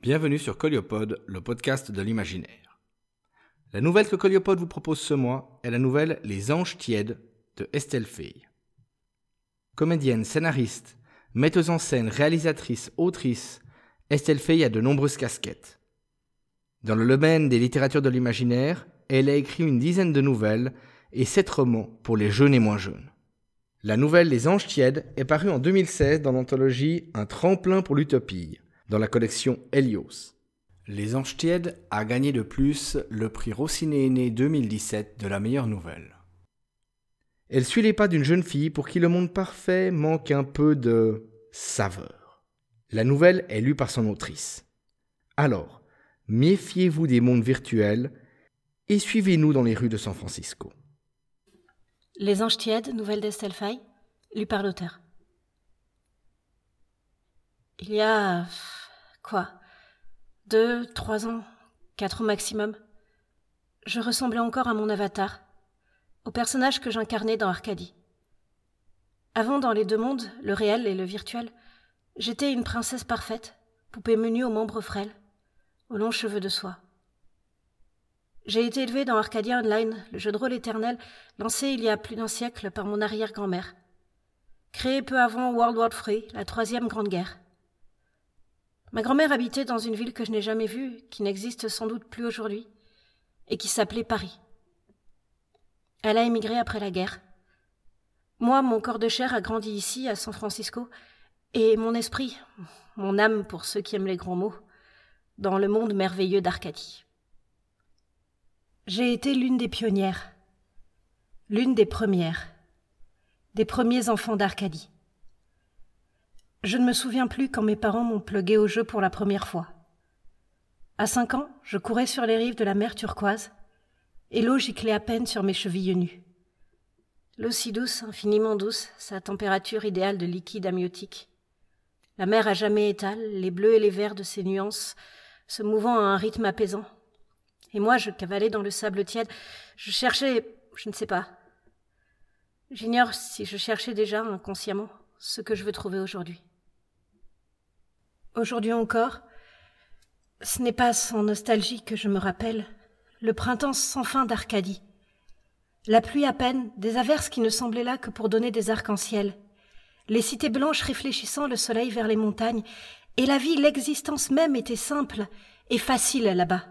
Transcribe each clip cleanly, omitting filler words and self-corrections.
Bienvenue sur Coliopod, le podcast de l'imaginaire. La nouvelle que Coliopod vous propose ce mois est la nouvelle Les Anges Tièdes de Estelle Fay. Comédienne, scénariste, metteuse en scène, réalisatrice, autrice, Estelle Fay a de nombreuses casquettes. Dans le domaine des littératures de l'imaginaire, elle a écrit une dizaine de nouvelles et 7 romans pour les jeunes et moins jeunes. La nouvelle Les Anges Tièdes est parue en 2016 dans l'anthologie Un tremplin pour l'utopie, dans la collection Hélios. Les Anges Tièdes a gagné de plus le prix Rossiné 2017 de la meilleure nouvelle. Elle suit les pas d'une jeune fille pour qui le monde parfait manque un peu de saveur. La nouvelle est lue par son autrice. Alors, méfiez-vous des mondes virtuels et suivez-nous dans les rues de San Francisco. Les Anges Tièdes, nouvelle d'Estelle Fay, lue par l'auteur. Il y a... 2, 3 ans, 4 au maximum, je ressemblais encore à mon avatar, au personnage que j'incarnais dans Arcadie. Avant, dans les deux mondes, le réel et le virtuel, j'étais une princesse parfaite, poupée menue aux membres frêles, aux longs cheveux de soie. J'ai été élevée dans Arcadia Online, le jeu de rôle éternel lancé il y a plus d'un siècle par mon arrière-grand-mère. Créé peu avant World War III, la troisième grande guerre. Ma grand-mère habitait dans une ville que je n'ai jamais vue, qui n'existe sans doute plus aujourd'hui, et qui s'appelait Paris. Elle a émigré après la guerre. Moi, mon corps de chair a grandi ici, à San Francisco, et mon esprit, mon âme pour ceux qui aiment les grands mots, dans le monde merveilleux d'Arcadie. J'ai été l'une des pionnières, l'une des premières, des premiers enfants d'Arcadie. Je ne me souviens plus quand mes parents m'ont plugué au jeu pour la première fois. À 5 ans, je courais sur les rives de la mer turquoise, et l'eau giclait à peine sur mes chevilles nues. L'eau si douce, infiniment douce, sa température idéale de liquide amniotique. La mer à jamais étale, les bleus et les verts de ses nuances, se mouvant à un rythme apaisant. Et moi, je cavalais dans le sable tiède. Je cherchais, je ne sais pas. J'ignore si je cherchais déjà inconsciemment ce que je veux trouver aujourd'hui. Aujourd'hui encore, ce n'est pas sans nostalgie que je me rappelle le printemps sans fin d'Arcadie. La pluie à peine, des averses qui ne semblaient là que pour donner des arcs-en-ciel. Les cités blanches réfléchissant le soleil vers les montagnes. Et la vie, l'existence même était simple et facile là-bas.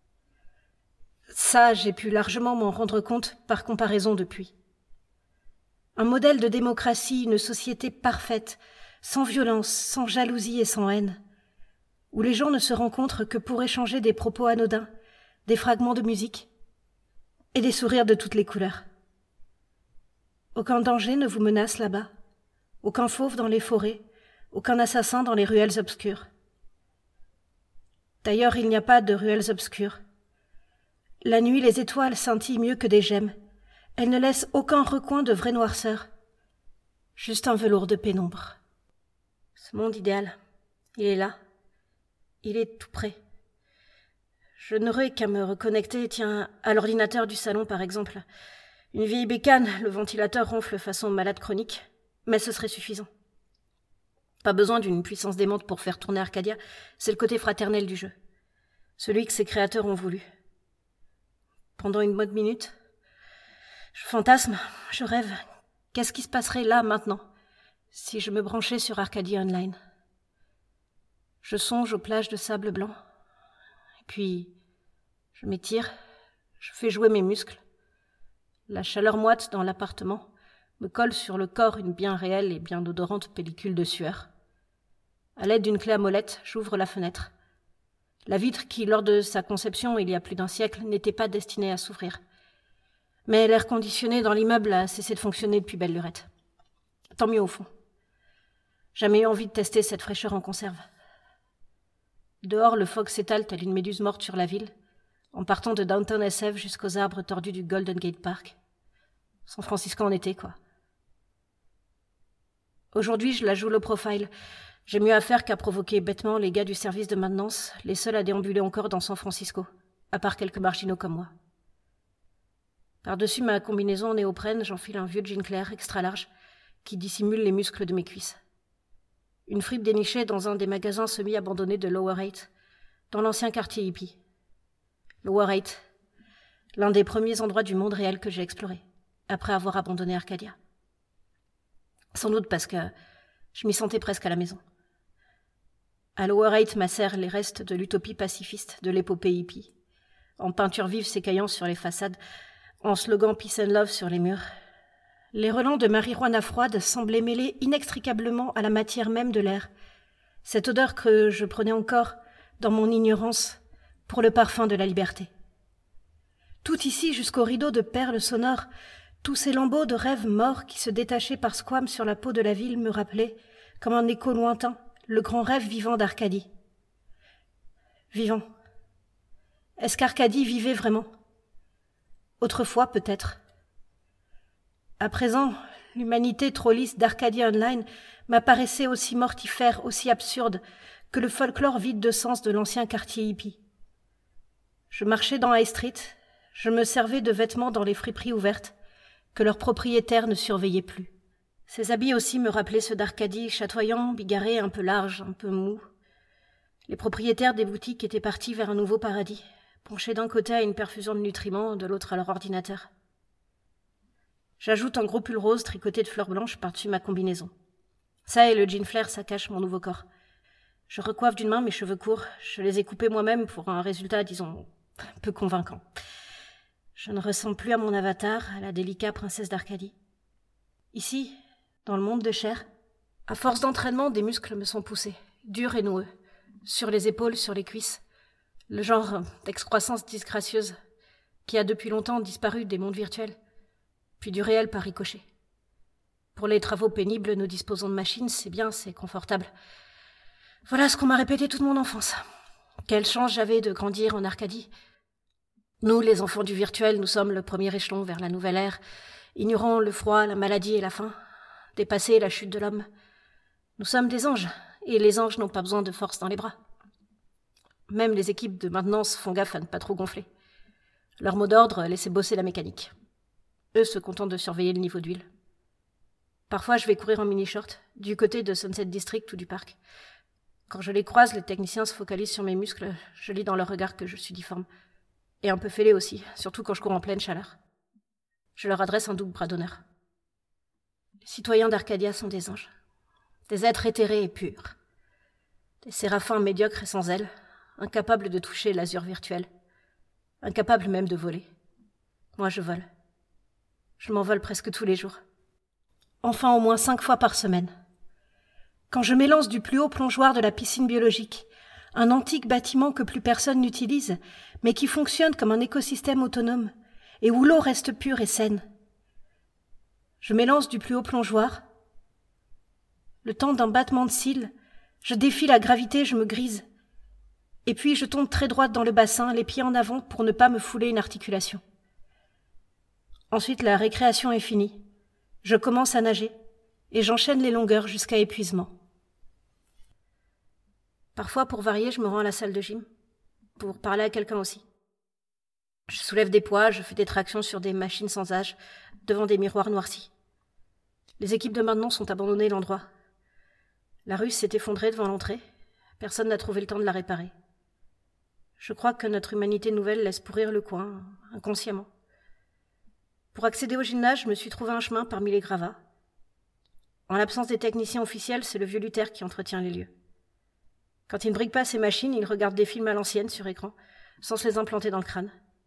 Ça, j'ai pu largement m'en rendre compte par comparaison depuis. Un modèle de démocratie, une société parfaite, sans violence, sans jalousie et sans haine, où les gens ne se rencontrent que pour échanger des propos anodins, des fragments de musique et des sourires de toutes les couleurs. Aucun danger ne vous menace là-bas, aucun fauve dans les forêts, aucun assassin dans les ruelles obscures. D'ailleurs, il n'y a pas de ruelles obscures. La nuit, les étoiles scintillent mieux que des gemmes. Elles ne laissent aucun recoin de vraie noirceur. Juste un velours de pénombre. Ce monde idéal, il est là. Il est tout près. Je n'aurai qu'à me reconnecter, tiens, à l'ordinateur du salon par exemple. Une vieille bécane, le ventilateur ronfle façon malade chronique, mais ce serait suffisant. Pas besoin d'une puissance démente pour faire tourner Arcadia, c'est le côté fraternel du jeu. Celui que ses créateurs ont voulu. Pendant une bonne minute, je fantasme, je rêve. Qu'est-ce qui se passerait là, maintenant, si je me branchais sur Arcadia Online? Je songe aux plages de sable blanc. Et puis, je m'étire, je fais jouer mes muscles. La chaleur moite dans l'appartement me colle sur le corps une bien réelle et bien odorante pellicule de sueur. À l'aide d'une clé à molette, j'ouvre la fenêtre. La vitre qui, lors de sa conception il y a plus d'un siècle, n'était pas destinée à s'ouvrir. Mais l'air conditionné dans l'immeuble a cessé de fonctionner depuis belle lurette. Tant mieux au fond. Jamais eu envie de tester cette fraîcheur en conserve. Dehors, le fog s'étale telle une méduse morte sur la ville, en partant de Downtown SF jusqu'aux arbres tordus du Golden Gate Park. San Francisco en été, quoi. Aujourd'hui, je la joue low profile. J'ai mieux à faire qu'à provoquer bêtement les gars du service de maintenance, les seuls à déambuler encore dans San Francisco, à part quelques marginaux comme moi. Par-dessus ma combinaison en néoprène, j'enfile un vieux jean clair extra large qui dissimule les muscles de mes cuisses. Une fripe dénichée dans un des magasins semi-abandonnés de Lower Eight, dans l'ancien quartier hippie. Lower 8, l'un des premiers endroits du monde réel que j'ai exploré, après avoir abandonné Arcadia. Sans doute parce que je m'y sentais presque à la maison. À Lower 8 macèrent les restes de l'utopie pacifiste de l'épopée hippie, en peinture vive s'écaillant sur les façades, en slogan Peace and Love sur les murs. Les relents de marijuana froide semblaient mêlés inextricablement à la matière même de l'air, cette odeur que je prenais encore, dans mon ignorance, pour le parfum de la liberté. Tout ici, jusqu'aux rideaux de perles sonores, tous ces lambeaux de rêves morts qui se détachaient par squames sur la peau de la ville me rappelaient, comme un écho lointain, le grand rêve vivant d'Arcadie. Vivant. Est-ce qu'Arcadie vivait vraiment ? Autrefois, peut-être. À présent, l'humanité trop lisse d'Arcadia Online m'apparaissait aussi mortifère, aussi absurde que le folklore vide de sens de l'ancien quartier hippie. Je marchais dans High Street, je me servais de vêtements dans les friperies ouvertes, que leurs propriétaires ne surveillaient plus. Ces habits aussi me rappelaient ceux d'Arcadie, chatoyants, bigarrés, un peu larges, un peu mous. Les propriétaires des boutiques étaient partis vers un nouveau paradis, penchés d'un côté à une perfusion de nutriments, de l'autre à leur ordinateur. J'ajoute un gros pull rose tricoté de fleurs blanches par-dessus ma combinaison. Ça et le jean flair, ça cache mon nouveau corps. Je recoiffe d'une main mes cheveux courts, je les ai coupés moi-même pour un résultat, disons, peu convaincant. Je ne ressemble plus à mon avatar, à la délicate princesse d'Arcadie. Ici, dans le monde de chair, à force d'entraînement, des muscles me sont poussés, durs et noueux, sur les épaules, sur les cuisses, le genre d'excroissance disgracieuse qui a depuis longtemps disparu des mondes virtuels, puis du réel par ricochet. Pour les travaux pénibles, nous disposons de machines, c'est bien, c'est confortable. Voilà ce qu'on m'a répété toute mon enfance. Quelle chance j'avais de grandir en Arcadie. Nous, les enfants du virtuel, nous sommes le premier échelon vers la nouvelle ère, ignorant le froid, la maladie et la faim, dépasser la chute de l'homme. Nous sommes des anges, et les anges n'ont pas besoin de force dans les bras. Même les équipes de maintenance font gaffe à ne pas trop gonfler. Leur mot d'ordre, laissez bosser la mécanique. Eux se contentent de surveiller le niveau d'huile. Parfois, je vais courir en mini-short, du côté de Sunset District ou du parc. Quand je les croise, les techniciens se focalisent sur mes muscles, je lis dans leur regard que je suis difforme. Et un peu fêlé aussi, surtout quand je cours en pleine chaleur. Je leur adresse un double bras d'honneur. Les citoyens d'Arcadia sont des anges, des êtres éthérés et purs, des séraphins médiocres et sans ailes, incapables de toucher l'azur virtuel, incapables même de voler. Moi, je vole. Je m'envole presque tous les jours. Enfin, au moins 5 fois par semaine. Quand je m'élance du plus haut plongeoir de la piscine biologique, un antique bâtiment que plus personne n'utilise, mais qui fonctionne comme un écosystème autonome, et où l'eau reste pure et saine. Je m'élance du plus haut plongeoir. Le temps d'un battement de cils, je défie la gravité, je me grise. Et puis je tombe très droite dans le bassin, les pieds en avant pour ne pas me fouler une articulation. Ensuite, la récréation est finie. Je commence à nager, et j'enchaîne les longueurs jusqu'à épuisement. Parfois, pour varier, je me rends à la salle de gym, pour parler à quelqu'un aussi. Je soulève des poids, je fais des tractions sur des machines sans âge, devant des miroirs noircis. Les équipes de maintenance ont abandonné l'endroit. La rue s'est effondrée devant l'entrée. Personne n'a trouvé le temps de la réparer. Je crois que notre humanité nouvelle laisse pourrir le coin, inconsciemment. Pour accéder au gymnase, je me suis trouvé un chemin parmi les gravats. En l'absence des techniciens officiels, c'est le vieux Luther qui entretient les lieux. Quand il ne brigue pas ses machines, il regarde des films à l'ancienne sur écran, sans se les implanter dans le crâne.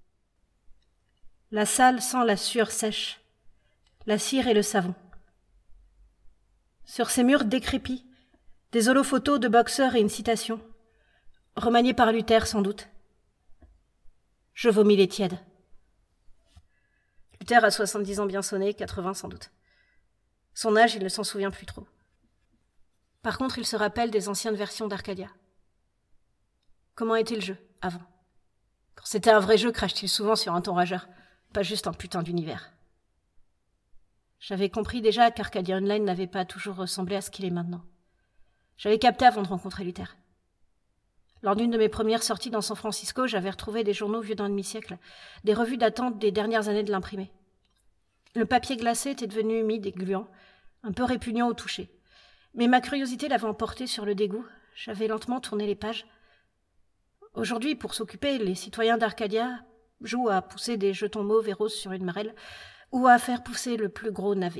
La salle sent la sueur sèche, la cire et le savon. Sur ces murs décrépits, des holophotos de boxeurs et une citation, remaniée par Luther sans doute. Je vomis les tièdes. Luther a 70 ans bien sonnés, 80 sans doute. Son âge, il ne s'en souvient plus trop. Par contre, il se rappelle des anciennes versions d'Arcadia. Comment était le jeu, avant ? Quand c'était un vrai jeu, crache-t-il souvent sur un ton rageur, pas juste un putain d'univers. J'avais compris déjà qu'Arcadia Online n'avait pas toujours ressemblé à ce qu'il est maintenant. J'avais capté avant de rencontrer Luther. Lors d'une de mes premières sorties dans San Francisco, j'avais retrouvé des journaux vieux d'un demi-siècle, des revues datant des dernières années de l'imprimé. Le papier glacé était devenu humide et gluant, un peu répugnant au toucher. Mais ma curiosité l'avait emporté sur le dégoût. J'avais lentement tourné les pages. Aujourd'hui, pour s'occuper, les citoyens d'Arcadia jouent à pousser des jetons mauves et roses sur une marelle ou à faire pousser le plus gros navet.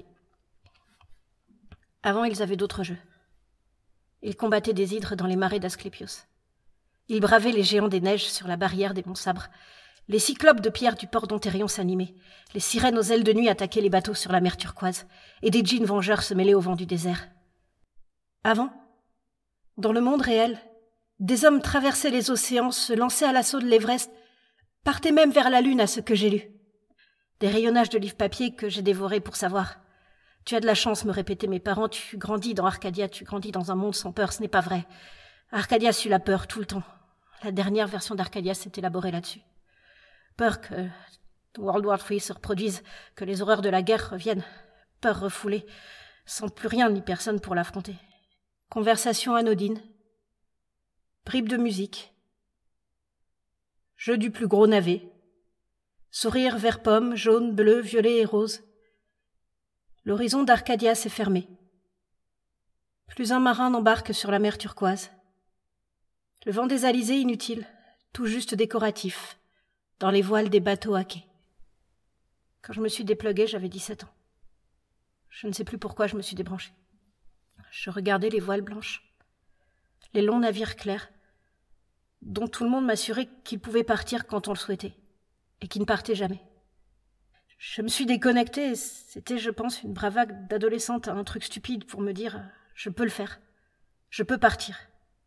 Avant, ils avaient d'autres jeux. Ils combattaient des hydres dans les marais d'Asclépios. Ils bravaient les géants des neiges sur la barrière des monts Sabres. Les cyclopes de pierre du port d'Ontérion s'animaient. Les sirènes aux ailes de nuit attaquaient les bateaux sur la mer turquoise. Et des djinns vengeurs se mêlaient au vent du désert. Avant, dans le monde réel, des hommes traversaient les océans, se lançaient à l'assaut de l'Everest, partaient même vers la lune à ce que j'ai lu. Des rayonnages de livres papier que j'ai dévorés pour savoir. Tu as de la chance, me répétaient mes parents, tu grandis dans Arcadia, tu grandis dans un monde sans peur, ce n'est pas vrai. Arcadia sut la peur tout le temps. La dernière version d'Arcadia s'est élaborée là-dessus. Peur que World War III se reproduise, que les horreurs de la guerre reviennent. Peur refoulée, sans plus rien ni personne pour l'affronter. Conversation anodine. Bribes de musique. Jeu du plus gros navet. Sourire vert pomme, jaune, bleu, violet et rose. L'horizon d'Arcadia s'est fermé. Plus un marin n'embarque sur la mer turquoise. Le vent des alizés inutile, tout juste décoratif, dans les voiles des bateaux à quai. Quand je me suis dépluguée, j'avais 17 ans. Je ne sais plus pourquoi je me suis débranchée. Je regardais les voiles blanches, les longs navires clairs, dont tout le monde m'assurait qu'ils pouvaient partir quand on le souhaitait, et qui ne partaient jamais. Je me suis déconnectée, et c'était, je pense, une bravade d'adolescente, un truc stupide pour me dire « je peux le faire, je peux partir ».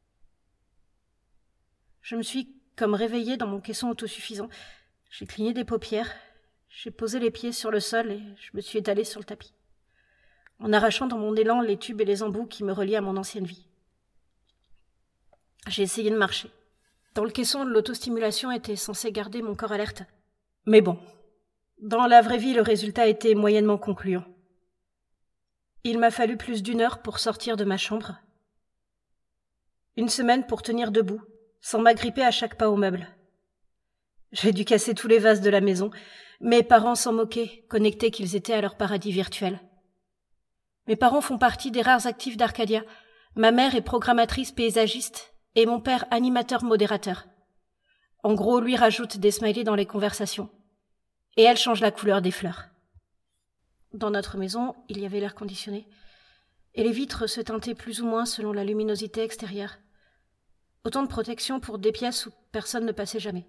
Je me suis comme réveillée dans mon caisson autosuffisant. J'ai cligné des paupières, j'ai posé les pieds sur le sol et je me suis étalée sur le tapis, en arrachant dans mon élan les tubes et les embouts qui me reliaient à mon ancienne vie. J'ai essayé de marcher. Dans le caisson, l'autostimulation était censée garder mon corps alerte. Mais bon, dans la vraie vie, le résultat était moyennement concluant. Il m'a fallu plus d'1 heure pour sortir de ma chambre. 1 semaine pour tenir debout, sans m'agripper à chaque pas au meuble. J'ai dû casser tous les vases de la maison. Mes parents s'en moquaient, connectés qu'ils étaient à leur paradis virtuel. Mes parents font partie des rares actifs d'Arcadia. Ma mère est programmatrice paysagiste et mon père animateur-modérateur. En gros, lui rajoute des smileys dans les conversations. Et elle change la couleur des fleurs. Dans notre maison, il y avait l'air conditionné. Et les vitres se teintaient plus ou moins selon la luminosité extérieure. Autant de protection pour des pièces où personne ne passait jamais.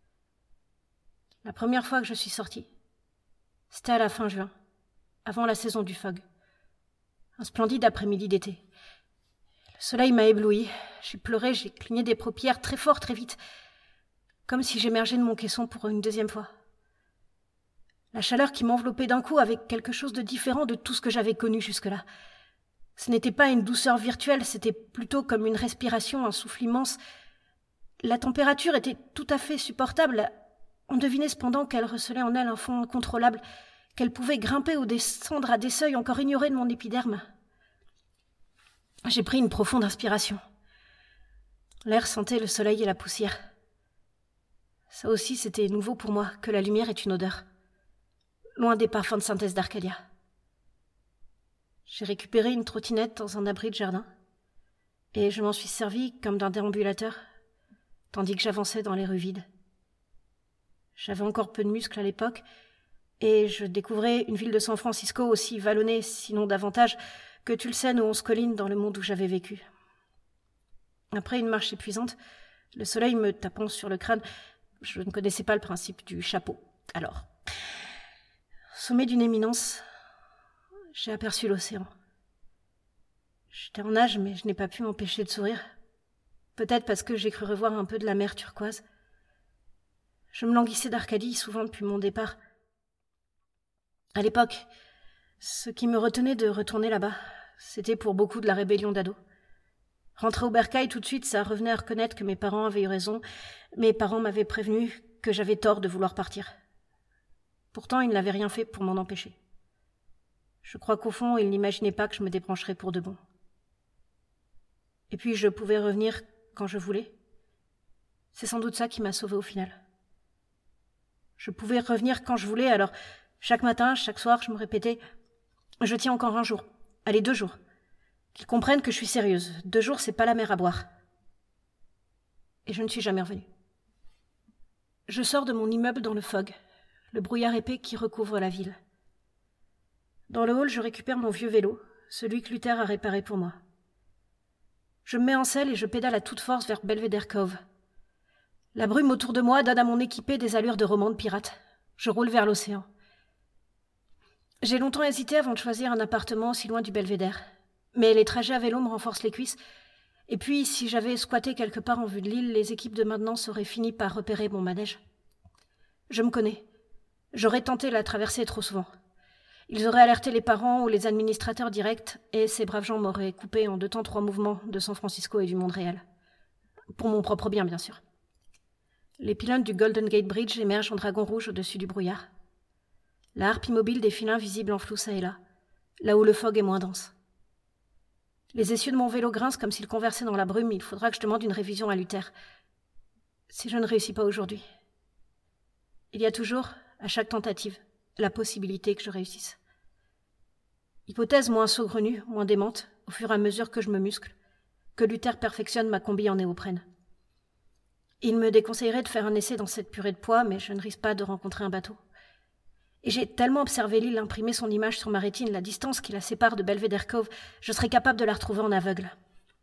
La première fois que je suis sortie, c'était à la fin juin, avant la saison du fog. Un splendide après-midi d'été. Le soleil m'a ébloui, j'ai pleuré, j'ai cligné des paupières très fort, très vite, comme si j'émergeais de mon caisson pour une 2e fois. La chaleur qui m'enveloppait d'un coup avait quelque chose de différent de tout ce que j'avais connu jusque-là. Ce n'était pas une douceur virtuelle, c'était plutôt comme une respiration, un souffle immense. La température était tout à fait supportable. On devinait cependant qu'elle recelait en elle un fond incontrôlable, qu'elle pouvait grimper ou descendre à des seuils encore ignorés de mon épiderme. J'ai pris une profonde inspiration. L'air sentait le soleil et la poussière. Ça aussi, c'était nouveau pour moi, que la lumière est une odeur. Loin des parfums de synthèse d'Arcadia. J'ai récupéré une trottinette dans un abri de jardin, et je m'en suis servi comme d'un déambulateur, tandis que j'avançais dans les rues vides. J'avais encore peu de muscles à l'époque, et je découvrais une ville de San Francisco aussi vallonnée, sinon davantage, que Tulsen ou 11 collines dans le monde où j'avais vécu. Après une marche épuisante, le soleil me tapant sur le crâne, je ne connaissais pas le principe du chapeau. Alors, au sommet d'une éminence, j'ai aperçu l'océan. J'étais en nage, mais je n'ai pas pu m'empêcher de sourire. Peut-être parce que j'ai cru revoir un peu de la mer turquoise. Je me languissais d'Arcadie souvent depuis mon départ. À l'époque, ce qui me retenait de retourner là-bas, c'était pour beaucoup de la rébellion d'ado. Rentrer au bercail tout de suite, ça revenait à reconnaître que mes parents avaient eu raison. Mes parents m'avaient prévenu que j'avais tort de vouloir partir. Pourtant, ils n'avaient rien fait pour m'en empêcher. Je crois qu'au fond, ils n'imaginaient pas que je me débrancherais pour de bon. Et puis, je pouvais revenir quand je voulais. C'est sans doute ça qui m'a sauvée au final. Je pouvais revenir quand je voulais, alors chaque matin, chaque soir, je me répétais « Je tiens encore 1 jour, allez 2 jours. Qu'ils comprennent que je suis sérieuse. 2 jours, c'est pas la mer à boire. » et je ne suis jamais revenue. Je sors de mon immeuble dans le fog, le brouillard épais qui recouvre la ville. Dans le hall, je récupère mon vieux vélo, celui que Luther a réparé pour moi. Je me mets en selle et je pédale à toute force vers Belvedere Cove. La brume autour de moi donne à mon équipée des allures de roman de pirate. Je roule vers l'océan. J'ai longtemps hésité avant de choisir un appartement aussi loin du Belvedere. Mais les trajets à vélo me renforcent les cuisses. Et puis, si j'avais squatté quelque part en vue de l'île, les équipes de maintenance auraient fini par repérer mon manège. Je me connais. J'aurais tenté la traversée trop souvent. Ils auraient alerté les parents ou les administrateurs directs, et ces braves gens m'auraient coupé en 2 temps 3 mouvements de San Francisco et du monde réel. Pour mon propre bien, bien sûr. Les pylônes du Golden Gate Bridge émergent en dragon rouge au-dessus du brouillard. La harpe immobile défile invisible en flou ça et là où le fog est moins dense. Les essieux de mon vélo grincent comme s'ils conversaient dans la brume. Il faudra que je demande une révision à Luther. Si je ne réussis pas aujourd'hui. Il y a toujours, à chaque tentative, la possibilité que je réussisse. Hypothèse moins saugrenue, moins démente, au fur et à mesure que je me muscle, que Luther perfectionne ma combi en néoprène. Il me déconseillerait de faire un essai dans cette purée de poids, mais je ne risque pas de rencontrer un bateau. Et j'ai tellement observé l'île imprimer son image sur ma rétine, la distance qui la sépare de Belvedere Cove, je serais capable de la retrouver en aveugle.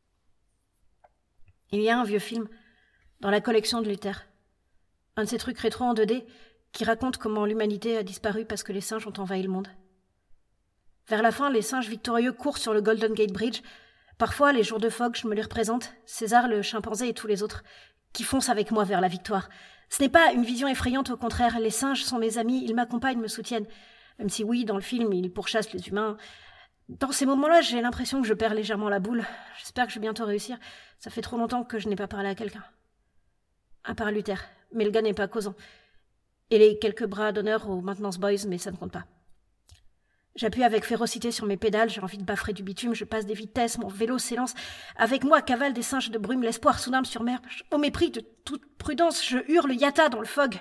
Il y a un vieux film, dans la collection de Luther. Un de ces trucs rétro en 2D, qui raconte comment l'humanité a disparu parce que les singes ont envahi le monde. Vers la fin, les singes victorieux courent sur le Golden Gate Bridge. Parfois, les jours de fog, je me les représente, César, le chimpanzé et tous les autres, qui foncent avec moi vers la victoire. Ce n'est pas une vision effrayante, au contraire. Les singes sont mes amis, ils m'accompagnent, me soutiennent. Même si oui, dans le film, ils pourchassent les humains. Dans ces moments-là, j'ai l'impression que je perds légèrement la boule. J'espère que je vais bientôt réussir. Ça fait trop longtemps que je n'ai pas parlé à quelqu'un. À part Luther. Mais le gars n'est pas causant. Et les quelques bras d'honneur aux maintenance boys, mais ça ne compte pas. J'appuie avec férocité sur mes pédales, j'ai envie de baffrer du bitume, je passe des vitesses, mon vélo s'élance. Avec moi cavale des singes de brume, l'espoir soudain me surmerge. Au mépris de toute prudence, je hurle yata dans le fog.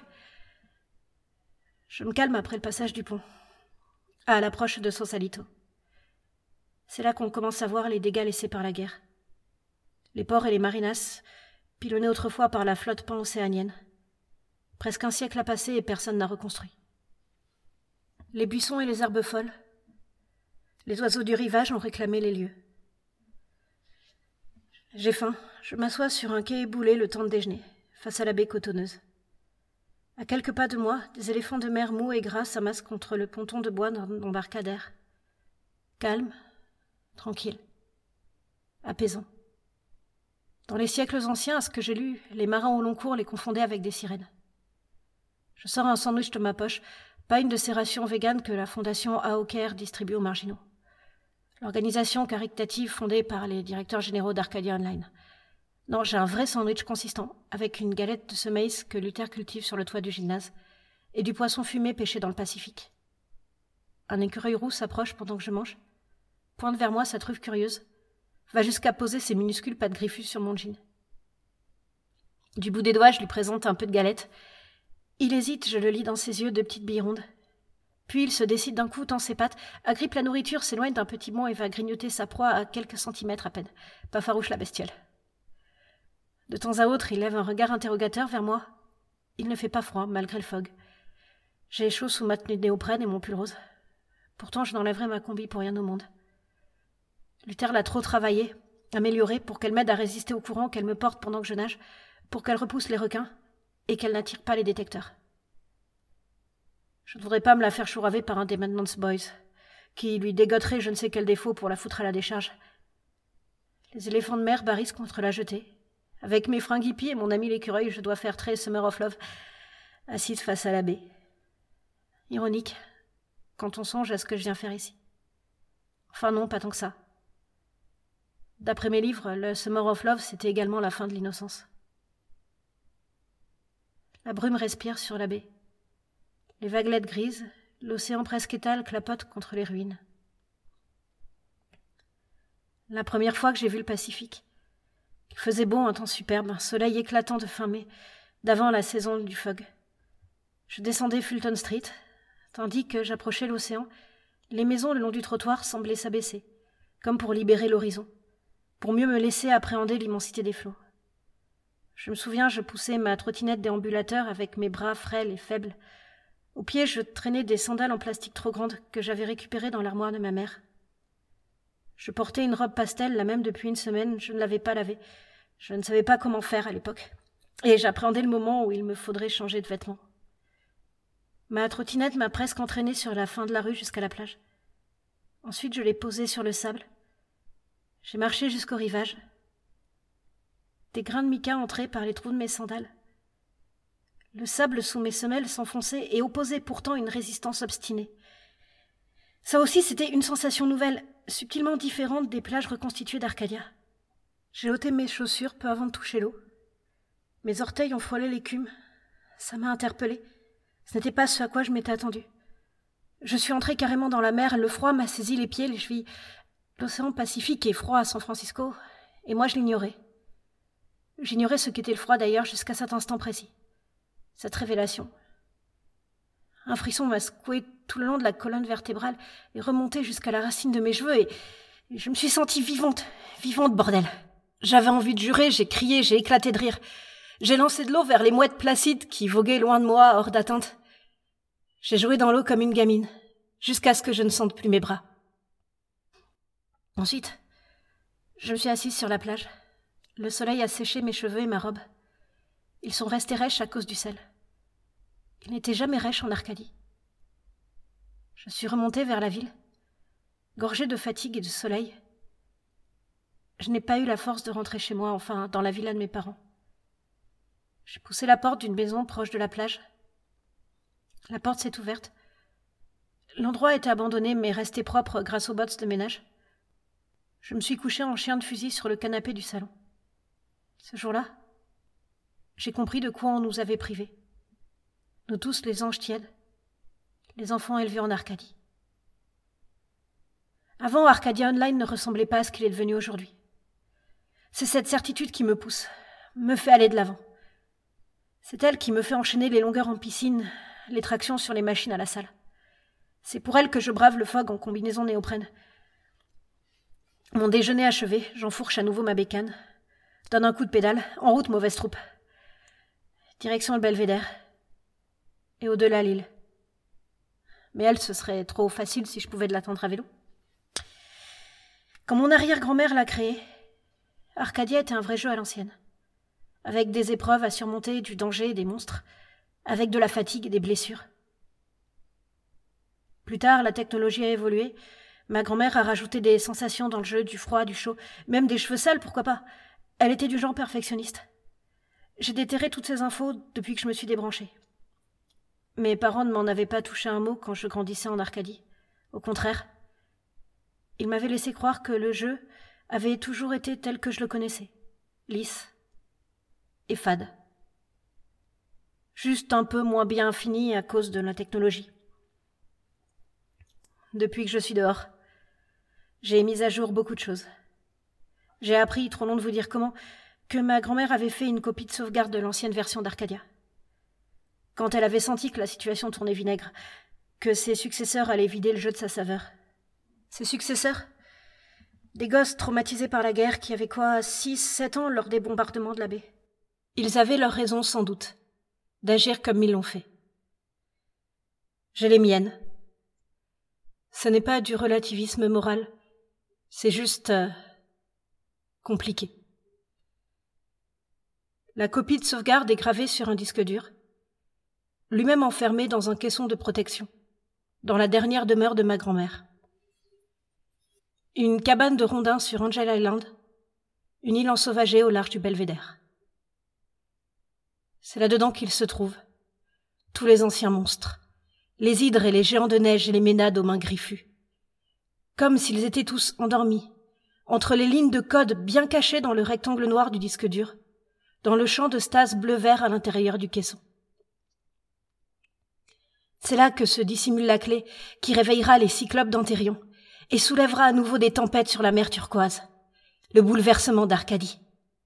Je me calme après le passage du pont, à l'approche de Sausalito. C'est là qu'on commence à voir les dégâts laissés par la guerre. Les ports et les marinas, pilonnés autrefois par la flotte pan-océanienne. Presque un siècle a passé et personne n'a reconstruit. Les buissons et les herbes folles, les oiseaux du rivage ont réclamé les lieux. J'ai faim, je m'assois sur un quai éboulé le temps de déjeuner, face à la baie cotonneuse. À quelques pas de moi, des éléphants de mer mous et gras s'amassent contre le ponton de bois d'un embarcadère. Calme, tranquille, apaisant. Dans les siècles anciens, à ce que j'ai lu, les marins au long cours les confondaient avec des sirènes. Je sors un sandwich de ma poche, pas une de ces rations véganes que la fondation AOCare distribue aux marginaux. L'organisation caritative fondée par les directeurs généraux d'Arcadia Online. Non, j'ai un vrai sandwich consistant, avec une galette de ce maïs que Luther cultive sur le toit du gymnase, et du poisson fumé pêché dans le Pacifique. Un écureuil roux s'approche pendant que je mange, pointe vers moi sa truffe curieuse, va jusqu'à poser ses minuscules pattes griffues sur mon jean. Du bout des doigts, je lui présente un peu de galette. Il hésite, je le lis dans ses yeux, 2 petites billes rondes. Puis il se décide d'un coup, tend ses pattes, agrippe la nourriture, s'éloigne d'un petit bond et va grignoter sa proie à quelques centimètres à peine. Pas farouche la bestiole. De temps à autre, il lève un regard interrogateur vers moi. Il ne fait pas froid, malgré le fog. J'ai chaud sous ma tenue de néoprène et mon pull rose. Pourtant, je n'enlèverai ma combi pour rien au monde. Luther l'a trop travaillée, améliorée, pour qu'elle m'aide à résister au courant, qu'elle me porte pendant que je nage, pour qu'elle repousse les requins, et qu'elle n'attire pas les détecteurs. Je ne voudrais pas me la faire chouraver par un des maintenance boys, qui lui dégoterait je ne sais quel défaut pour la foutre à la décharge. Les éléphants de mer barrissent contre la jetée. Avec mes fringues hippies et mon ami l'écureuil, je dois faire très Summer of Love, assise face à la baie. Ironique, quand on songe à ce que je viens faire ici. Enfin non, pas tant que ça. D'après mes livres, le Summer of Love, c'était également la fin de l'innocence. La brume respire sur la baie. Les vaguelettes grises, l'océan presque étale clapote contre les ruines. La première fois que j'ai vu le Pacifique, il faisait beau, un temps superbe, un soleil éclatant de fin mai, d'avant la saison du fog. Je descendais Fulton Street, tandis que j'approchais l'océan, les maisons le long du trottoir semblaient s'abaisser, comme pour libérer l'horizon, pour mieux me laisser appréhender l'immensité des flots. Je me souviens, je poussais ma trottinette déambulateur avec mes bras frêles et faibles. Au pied, je traînais des sandales en plastique trop grandes que j'avais récupérées dans l'armoire de ma mère. Je portais une robe pastel, la même depuis une semaine, je ne l'avais pas lavée. Je ne savais pas comment faire à l'époque. Et j'appréhendais le moment où il me faudrait changer de vêtements. Ma trottinette m'a presque entraînée sur la fin de la rue jusqu'à la plage. Ensuite, je l'ai posée sur le sable. J'ai marché jusqu'au rivage. Des grains de mica entraient par les trous de mes sandales. Le sable sous mes semelles s'enfonçait et opposait pourtant une résistance obstinée. Ça aussi, c'était une sensation nouvelle, subtilement différente des plages reconstituées d'Arcadia. J'ai ôté mes chaussures peu avant de toucher l'eau. Mes orteils ont frôlé l'écume. Ça m'a interpellée. Ce n'était pas ce à quoi je m'étais attendue. Je suis entrée carrément dans la mer, le froid m'a saisi les pieds, les chevilles. L'océan Pacifique est froid à San Francisco, et moi je l'ignorais. J'ignorais ce qu'était le froid d'ailleurs jusqu'à cet instant précis. Cette révélation. Un frisson m'a secoué tout le long de la colonne vertébrale et remonté jusqu'à la racine de mes cheveux et je me suis sentie vivante, bordel. J'avais envie de jurer, j'ai crié, j'ai éclaté de rire. J'ai lancé de l'eau vers les mouettes placides qui voguaient loin de moi, hors d'atteinte. J'ai joué dans l'eau comme une gamine, jusqu'à ce que je ne sente plus mes bras. Ensuite, je me suis assise sur la plage. Le soleil a séché mes cheveux et ma robe. Ils sont restés rêches à cause du sel. Ils n'étaient jamais rêches en Arcadie. Je suis remontée vers la ville, gorgée de fatigue et de soleil. Je n'ai pas eu la force de rentrer chez moi, enfin, dans la villa de mes parents. J'ai poussé la porte d'une maison proche de la plage. La porte s'est ouverte. L'endroit était abandonné, mais resté propre grâce aux bottes de ménage. Je me suis couchée en chien de fusil sur le canapé du salon. Ce jour-là, j'ai compris de quoi on nous avait privés. Nous tous, les anges tièdes, les enfants élevés en Arcadie. Avant, Arcadia Online ne ressemblait pas à ce qu'il est devenu aujourd'hui. C'est cette certitude qui me pousse, me fait aller de l'avant. C'est elle qui me fait enchaîner les longueurs en piscine, les tractions sur les machines à la salle. C'est pour elle que je brave le fog en combinaison néoprène. Mon déjeuner achevé, j'enfourche à nouveau ma bécane, donne un coup de pédale, en route mauvaise troupe. Direction le Belvédère. Et au-delà l'île. Mais elle, ce serait trop facile si je pouvais l'attendre à vélo. Quand mon arrière-grand-mère l'a créé, Arcadia était un vrai jeu à l'ancienne. Avec des épreuves à surmonter, du danger et des monstres, avec de la fatigue et des blessures. Plus tard, la technologie a évolué. Ma grand-mère a rajouté des sensations dans le jeu, du froid, du chaud, même des cheveux sales, pourquoi pas. Elle était du genre perfectionniste. J'ai déterré toutes ces infos depuis que je me suis débranchée. Mes parents ne m'en avaient pas touché un mot quand je grandissais en Arcadie. Au contraire, ils m'avaient laissé croire que le jeu avait toujours été tel que je le connaissais, lisse et fade. Juste un peu moins bien fini à cause de la technologie. Depuis que je suis dehors, j'ai mis à jour beaucoup de choses. J'ai appris, trop long de vous dire comment, que ma grand-mère avait fait une copie de sauvegarde de l'ancienne version d'Arcadia. Quand elle avait senti que la situation tournait vinaigre, que ses successeurs allaient vider le jeu de sa saveur. Ses successeurs ? Des gosses traumatisés par la guerre qui avaient 6-7 ans lors des bombardements de la baie. Ils avaient leur raison sans doute d'agir comme ils l'ont fait. J'ai les miennes. Ce n'est pas du relativisme moral, c'est juste compliqué. La copie de sauvegarde est gravée sur un disque dur, lui-même enfermé dans un caisson de protection, dans la dernière demeure de ma grand-mère. Une cabane de rondins sur Angel Island, une île ensauvagée au large du Belvédère. C'est là-dedans qu'ils se trouvent, tous les anciens monstres, les hydres et les géants de neige et les ménades aux mains griffues. Comme s'ils étaient tous endormis, entre les lignes de code bien cachées dans le rectangle noir du disque dur, dans le champ de stase bleu-vert à l'intérieur du caisson. C'est là que se dissimule la clé qui réveillera les cyclopes d'Antérion et soulèvera à nouveau des tempêtes sur la mer turquoise, le bouleversement d'Arcadie.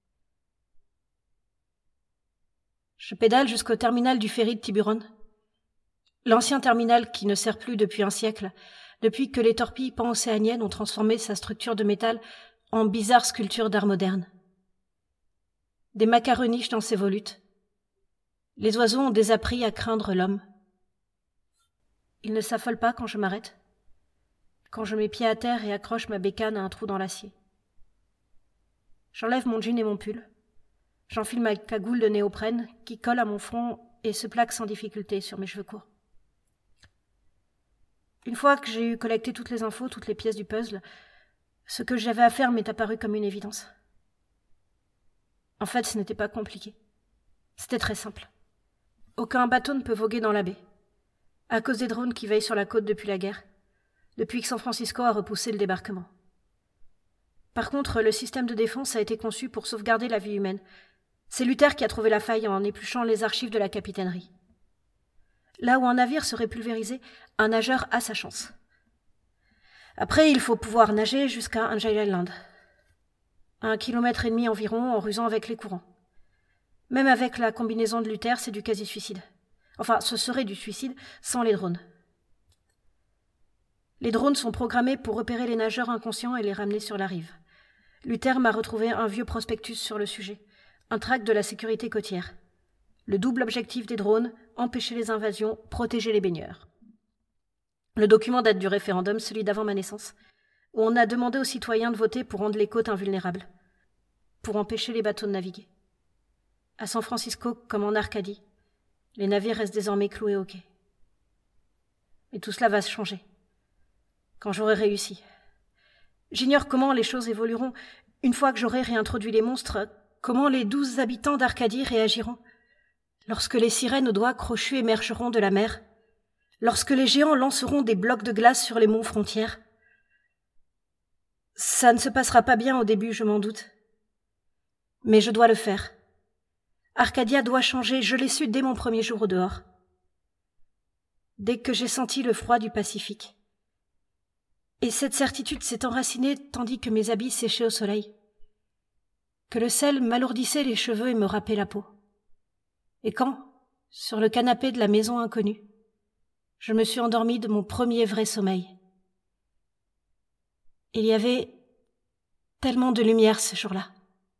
Je pédale jusqu'au terminal du ferry de Tiburon, l'ancien terminal qui ne sert plus depuis un siècle, depuis que les torpilles pansocéaniennes ont transformé sa structure de métal en bizarre sculpture d'art moderne. Des macareux nichent dans ses volutes. Les oiseaux ont désappris à craindre l'homme. Ils ne s'affolent pas quand je m'arrête, quand je mets pied à terre et accroche ma bécane à un trou dans l'acier. J'enlève mon jean et mon pull. J'enfile ma cagoule de néoprène qui colle à mon front et se plaque sans difficulté sur mes cheveux courts. Une fois que j'ai eu collecté toutes les infos, toutes les pièces du puzzle, ce que j'avais à faire m'est apparu comme une évidence. En fait, ce n'était pas compliqué. C'était très simple. Aucun bateau ne peut voguer dans la baie, à cause des drones qui veillent sur la côte depuis la guerre, depuis que San Francisco a repoussé le débarquement. Par contre, le système de défense a été conçu pour sauvegarder la vie humaine. C'est Luther qui a trouvé la faille en épluchant les archives de la capitainerie. Là où un navire serait pulvérisé, un nageur a sa chance. Après, il faut pouvoir nager jusqu'à Angel Island. 1,5 kilomètre environ en rusant avec les courants. Même avec la combinaison de Luther, c'est du quasi-suicide. Enfin, ce serait du suicide sans les drones. Les drones sont programmés pour repérer les nageurs inconscients et les ramener sur la rive. Luther m'a retrouvé un vieux prospectus sur le sujet, un tract de la sécurité côtière. Le double objectif des drones, empêcher les invasions, protéger les baigneurs. Le document date du référendum, celui d'avant ma naissance, où on a demandé aux citoyens de voter pour rendre les côtes invulnérables, pour empêcher les bateaux de naviguer. À San Francisco, comme en Arcadie, les navires restent désormais cloués au quai. Mais tout cela va se changer, quand j'aurai réussi. J'ignore comment les choses évolueront une fois que j'aurai réintroduit les monstres, comment les 12 habitants d'Arcadie réagiront, lorsque les sirènes aux doigts crochus émergeront de la mer, lorsque les géants lanceront des blocs de glace sur les monts frontières. Ça ne se passera pas bien au début, je m'en doute. Mais je dois le faire. Arcadia doit changer, je l'ai su dès mon premier jour au dehors. Dès que j'ai senti le froid du Pacifique. Et cette certitude s'est enracinée tandis que mes habits séchaient au soleil. Que le sel m'alourdissait les cheveux et me râpait la peau. Et quand, sur le canapé de la maison inconnue, je me suis endormie de mon premier vrai sommeil. Il y avait tellement de lumière ce jour-là.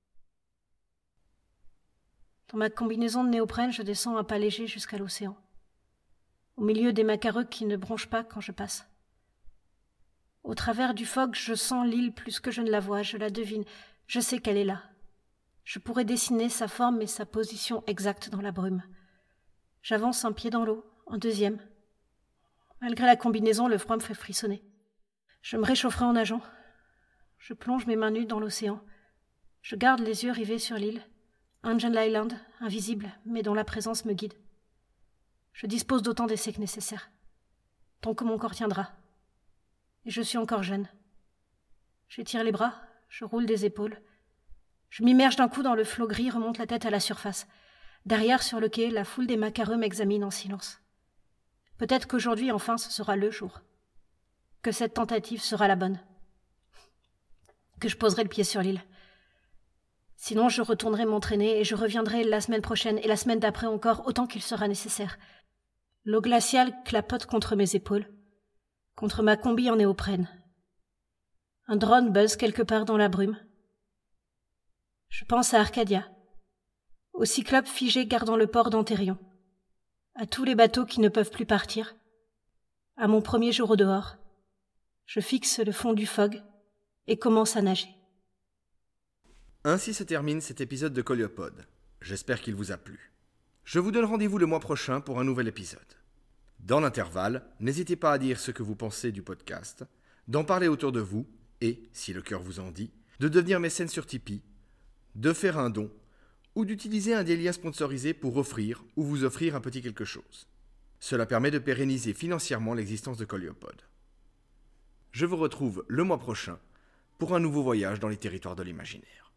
Dans ma combinaison de néoprène, je descends un pas léger jusqu'à l'océan, au milieu des macareux qui ne bronchent pas quand je passe. Au travers du fog, je sens l'île plus que je ne la vois, je la devine, je sais qu'elle est là. Je pourrais dessiner sa forme et sa position exacte dans la brume. J'avance un pied dans l'eau, un deuxième. Malgré la combinaison, le froid me fait frissonner. Je me réchaufferai en nageant. Je plonge mes mains nues dans l'océan. Je garde les yeux rivés sur l'île. Angel Island, invisible, mais dont la présence me guide. Je dispose d'autant d'essais que nécessaire, tant que mon corps tiendra. Et je suis encore jeune. J'étire les bras, je roule des épaules. Je m'immerge d'un coup dans le flot gris, remonte la tête à la surface. Derrière, sur le quai, la foule des macareux m'examine en silence. Peut-être qu'aujourd'hui, enfin, ce sera le jour. Que cette tentative sera la bonne. Que je poserai le pied sur l'île. Sinon, je retournerai m'entraîner et je reviendrai la semaine prochaine et la semaine d'après encore, autant qu'il sera nécessaire. L'eau glaciale clapote contre mes épaules, contre ma combi en néoprène. Un drone buzz quelque part dans la brume. Je pense à Arcadia, au cyclope figé gardant le port d'Antérion, à tous les bateaux qui ne peuvent plus partir, à mon premier jour au dehors. Je fixe le fond du fog et commence à nager. Ainsi se termine cet épisode de Coliopod. J'espère qu'il vous a plu. Je vous donne rendez-vous le mois prochain pour un nouvel épisode. Dans l'intervalle, n'hésitez pas à dire ce que vous pensez du podcast, d'en parler autour de vous et, si le cœur vous en dit, de devenir mécène sur Tipeee, de faire un don ou d'utiliser un des liens sponsorisés pour offrir ou vous offrir un petit quelque chose. Cela permet de pérenniser financièrement l'existence de Coliopod. Je vous retrouve le mois prochain pour un nouveau voyage dans les territoires de l'imaginaire.